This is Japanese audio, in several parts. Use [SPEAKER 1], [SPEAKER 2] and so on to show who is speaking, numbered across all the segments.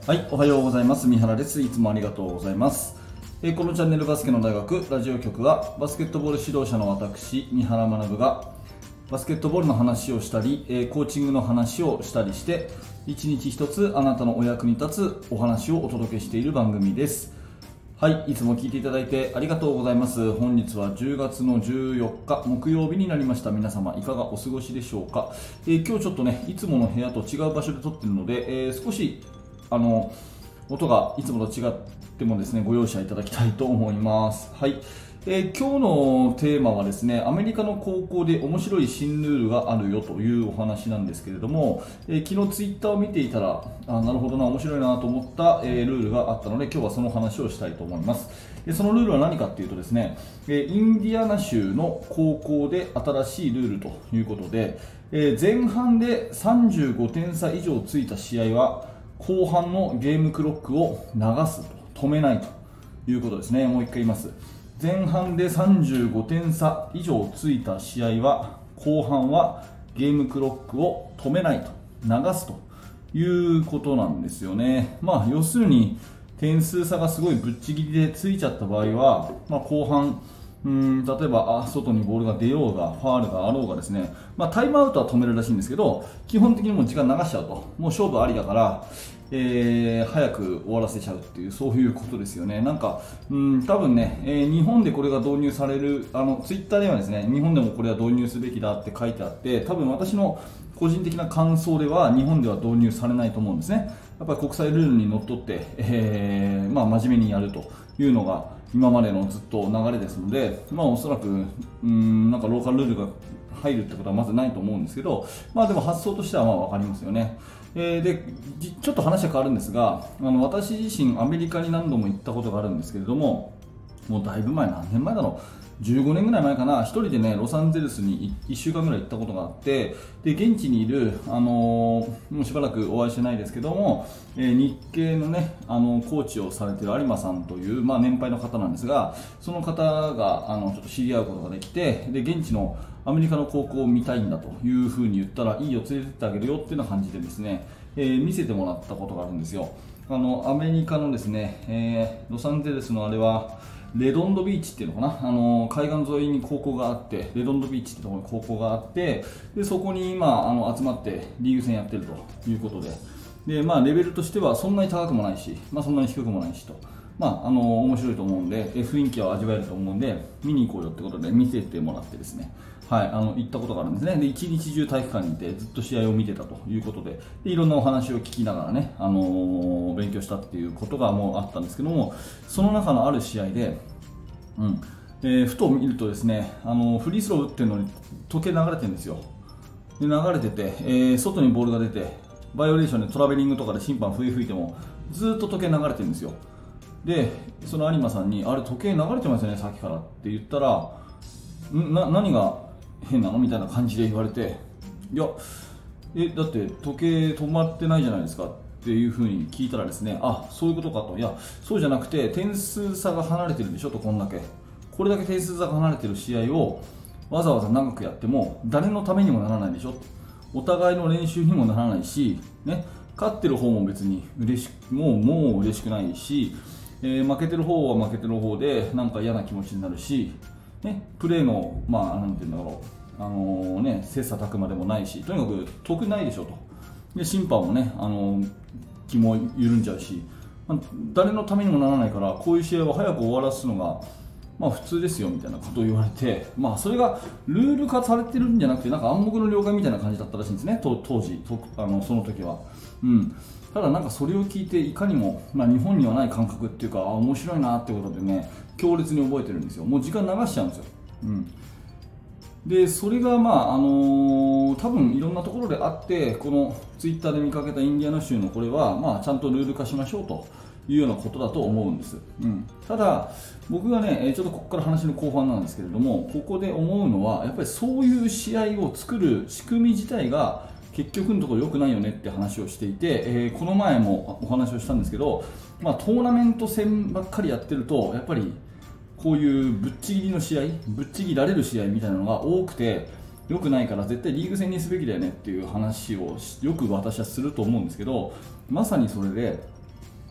[SPEAKER 1] はい、おはようございます。三原です。いつもありがとうございます。このチャンネルバスケの大学ラジオ局はバスケットボール指導者の私、三原学がバスケットボールの話をしたり、コーチングの話をしたりして一日一つあなたのお役に立つお話をお届けしている番組です。はい、いつも聞いていただいてありがとうございます。本日は10月の14日木曜日になりました。皆様いかがお過ごしでしょうか。今日ちょっとね、いつもの部屋と違う場所で撮っているので、少し音がいつもと違ってもですね、ご容赦いただきたいと思います。はい。今日のテーマはですね、アメリカの高校で面白い新ルールがあるよというお話なんですけれども、昨日ツイッターを見ていたら、なるほどな、面白いなと思った、ルールがあったので、今日はその話をしたいと思います。そのルールは何かっていうとですね、インディアナ州の高校で新しいルールということで、前半で35点差以上ついた試合は、後半のゲームクロックを流すと、止めないということですね。もう一回言います。前半で35点差以上ついた試合は後半はゲームクロックを止めないと、流すということなんですよね。要するに点数差がすごいぶっちぎりでついちゃった場合は、後半例えば外にボールが出ようがファールがあろうがですね、タイムアウトは止めるらしいんですけど、基本的にもう時間流しちゃうと、もう勝負ありだから、早く終わらせちゃうっていう、そういうことですよね。なんか多分ね、日本でこれが導入される、ツイッターではですね、日本でもこれは導入すべきだって書いてあって、多分私の個人的な感想では日本では導入されないと思うんですね。やっぱり国際ルールにのっとって、真面目にやるというのが今までのずっと流れですので、おそらくなんかローカルルールが入るってことはまずないと思うんですけど、でも発想としては分かりますよね。でちょっと話は変わるんですが、私自身アメリカに何度も行ったことがあるんですけれども、もうだいぶ前、何年前だろう、15年ぐらい前かな、一人でねロサンゼルスに1週間ぐらい行ったことがあって、で現地にいる、もうしばらくお会いしてないですけども、日系のねコーチをされている有馬さんという、年配の方なんですが、その方がちょっと知り合うことができて、で現地のアメリカの高校を見たいんだというふうに言ったら、いいよ連れてってあげるよっていうような感じでですね、見せてもらったことがあるんですよ。アメリカのですね、ロサンゼルスのあれはレドンドビーチっていうのかな、海岸沿いに高校があって、レドンドビーチってところに高校があって、でそこに今集まってリーグ戦やってるということで、レベルとしてはそんなに高くもないし、そんなに低くもないしと、面白いと思うんで、雰囲気は味わえると思うんで見に行こうよってことで見せてもらってですね、行ったことがあるんですね。で一日中体育館にいてずっと試合を見てたということで、いろんなお話を聞きながらね、勉強したっていうことがもうあったんですけども、その中のある試合で、ふと見るとですね、フリースロー打ってるのに時計流れてるんですよ。で流れてて、外にボールが出てバイオレーションでトラベリングとかで審判笛吹いてもずっと時計流れてるんですよ。でその有馬さんに、あれ時計流れてますよねさっきからって言ったら、何が変なのみたいな感じで言われて、いやだって時計止まってないじゃないですかっていうふうに聞いたらですね、そういうことかと。いやそうじゃなくて、点数差が離れてるでしょと、これだけ点数差が離れてる試合をわざわざ長くやっても誰のためにもならないでしょ、お互いの練習にもならないし、勝ってる方も別にもう嬉しくないし、負けてる方は負けてる方でなんか嫌な気持ちになるし、プレーのなんていうんだろう、切磋琢磨でもないし、とにかく得ないでしょと。で審判もね気も緩んじゃうし、誰のためにもならないから、こういう試合を早く終わらすのが普通ですよみたいなことを言われて、それがルール化されてるんじゃなくて、なんか暗黙の了解みたいな感じだったらしいんですね、当時その時は。ただなんかそれを聞いて、いかにも、日本にはない感覚っていうか、面白いなってことでね、強烈に覚えてるんですよ。もう時間流しちゃうんですよ。でそれが多分いろんなところであって、このツイッターで見かけたインディアナ州のこれは、ちゃんとルール化しましょうというようなことだと思うんです。ただ僕がね、ちょっとここから話の後半なんですけれども、ここで思うのは、やっぱりそういう試合を作る仕組み自体が結局のところ良くないよねって話をしていて、この前もお話をしたんですけど、トーナメント戦ばっかりやってると、やっぱりこういうぶっちぎりの試合、ぶっちぎられる試合みたいなのが多くて良くないから、絶対リーグ戦にすべきだよねっていう話をよく私はすると思うんですけど、まさにそれで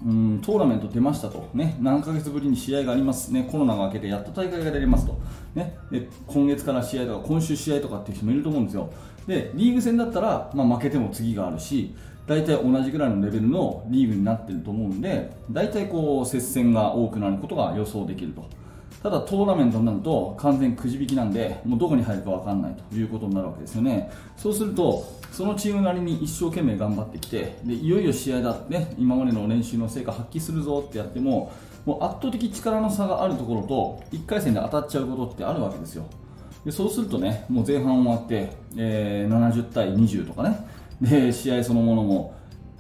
[SPEAKER 1] トーナメント出ましたと、ね、何ヶ月ぶりに試合があります、ね、コロナが明けてやっと大会が出れますと、ね、で今月から試合とか今週試合とかっていう人もいると思うんですよ。でリーグ戦だったら、負けても次があるし、大体同じぐらいのレベルのリーグになっていると思うんで、大体接戦が多くなることが予想できると。ただトーナメントになると完全くじ引きなんで、もうどこに入るか分かんないということになるわけですよね。そうするとそのチームなりに一生懸命頑張ってきて、でいよいよ試合だってね、今までの練習の成果発揮するぞってやっても、もう圧倒的力の差があるところと1回戦で当たっちゃうことってあるわけですよ。でそうするとね、もう前半終わって、70対20とかね、で試合そのものも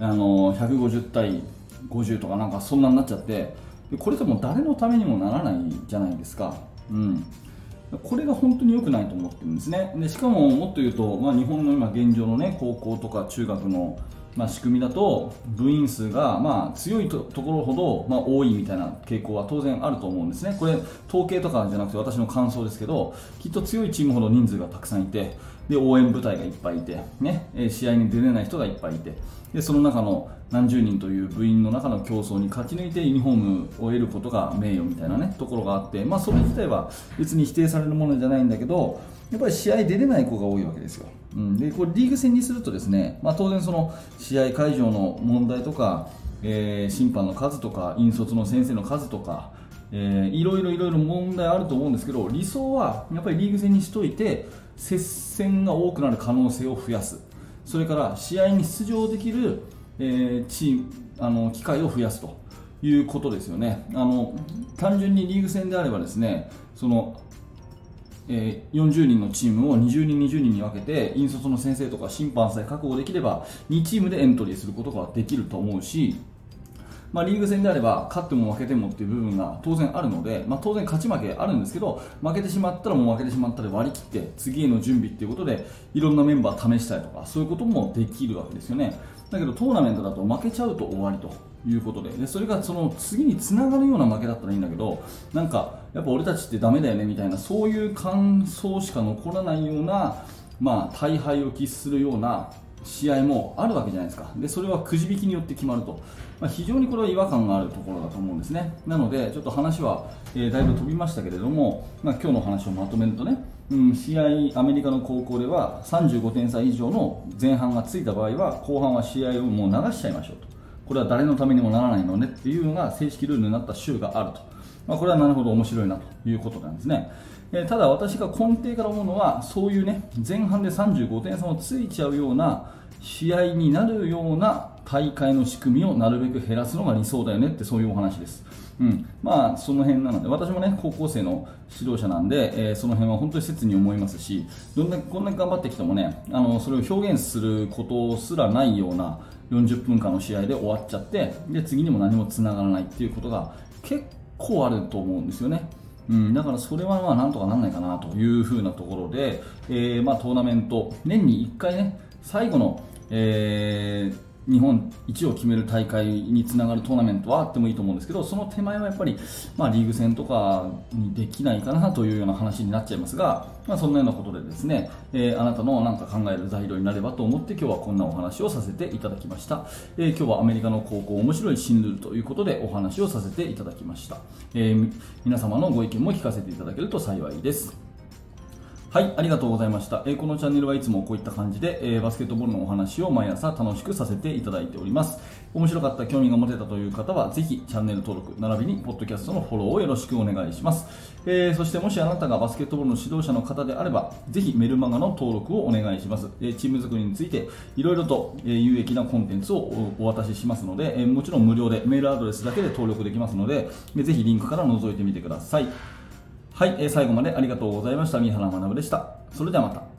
[SPEAKER 1] 150対50とかなんかそんなになっちゃって、これでも誰のためにもならないじゃないですか。これが本当に良くないと思ってるんですね。でしかももっと言うと、日本の今現状の、ね、高校とか中学の、仕組みだと部員数が、強いところほど、多いみたいな傾向は当然あると思うんですね。これ統計とかじゃなくて私の感想ですけど、きっと強いチームほど人数がたくさんいて、で応援部隊がいっぱいいて、ね、試合に出れない人がいっぱいいて、でその中の何十人という部員の中の競争に勝ち抜いてユニフォームを得ることが名誉みたいな、ね、ところがあって、それ自体は別に否定されるものじゃないんだけど、やっぱり試合出れない子が多いわけですよ。でこれリーグ戦にするとですね、当然その試合会場の問題とか、審判の数とか引率の先生の数とか、いろいろ問題あると思うんですけど、理想はやっぱりリーグ戦にしといて接戦が多くなる可能性を増やす、それから試合に出場できる、機会を増やすということですよね。単純にリーグ戦であればですね、40人のチームを20人20人に分けて引率の先生とか審判さえ確保できれば2チームでエントリーすることができると思うし、リーグ戦であれば勝っても負けてもっていう部分が当然あるので、当然勝ち負けあるんですけど、負けてしまったらもう負けてしまったで割り切って次への準備っていうことでいろんなメンバー試したりとか、そういうこともできるわけですよね。だけどトーナメントだと負けちゃうと終わりということで、それがその次につながるような負けだったらいいんだけど、なんかやっぱ俺たちってダメだよねみたいな、そういう感想しか残らないような、大敗を喫するような試合もあるわけじゃないですか。でそれはくじ引きによって決まると、非常にこれは違和感があるところだと思うんですね。なのでちょっと話は、だいぶ飛びましたけれども、今日の話をまとめるとね、試合アメリカの高校では35点差以上の前半がついた場合は後半は試合をもう流しちゃいましょうと、これは誰のためにもならないのねっていうのが正式ルールになった州があると、これはなるほど面白いなということなんですね。ただ私が根底から思うのは、そういうね、前半で35点差もついちゃうような試合になるような大会の仕組みをなるべく減らすのが理想だよねって、そういうお話です。その辺なので、私もね高校生の指導者なんで、その辺は本当に切に思いますし、こんなに頑張ってきてもね、それを表現することすらないような40分間の試合で終わっちゃって、で次にも何もつながらないっていうことが結構あると思うんですよね。だからそれはなんとかなんないかなというふうなところで、トーナメント年に1回ね、最後の、日本一を決める大会につながるトーナメントはあってもいいと思うんですけど、その手前はやっぱり、リーグ戦とかにできないかなというような話になっちゃいますが、そんなようなことでですね、あなたのなんか考える材料になればと思って今日はこんなお話をさせていただきました。今日はアメリカの高校面白い新ルールということでお話をさせていただきました。皆様のご意見も聞かせていただけると幸いです。はい、ありがとうございました。このチャンネルはいつもこういった感じで、バスケットボールのお話を毎朝楽しくさせていただいております。面白かった、興味が持てたという方はぜひチャンネル登録並びにポッドキャストのフォローをよろしくお願いします。そしてもしあなたがバスケットボールの指導者の方であれば、ぜひメルマガの登録をお願いします。チーム作りについていろいろと有益なコンテンツをお渡ししますので、もちろん無料でメールアドレスだけで登録できますので、ぜひリンクから覗いてみてください。はい、最後までありがとうございました。三原学でした。それではまた。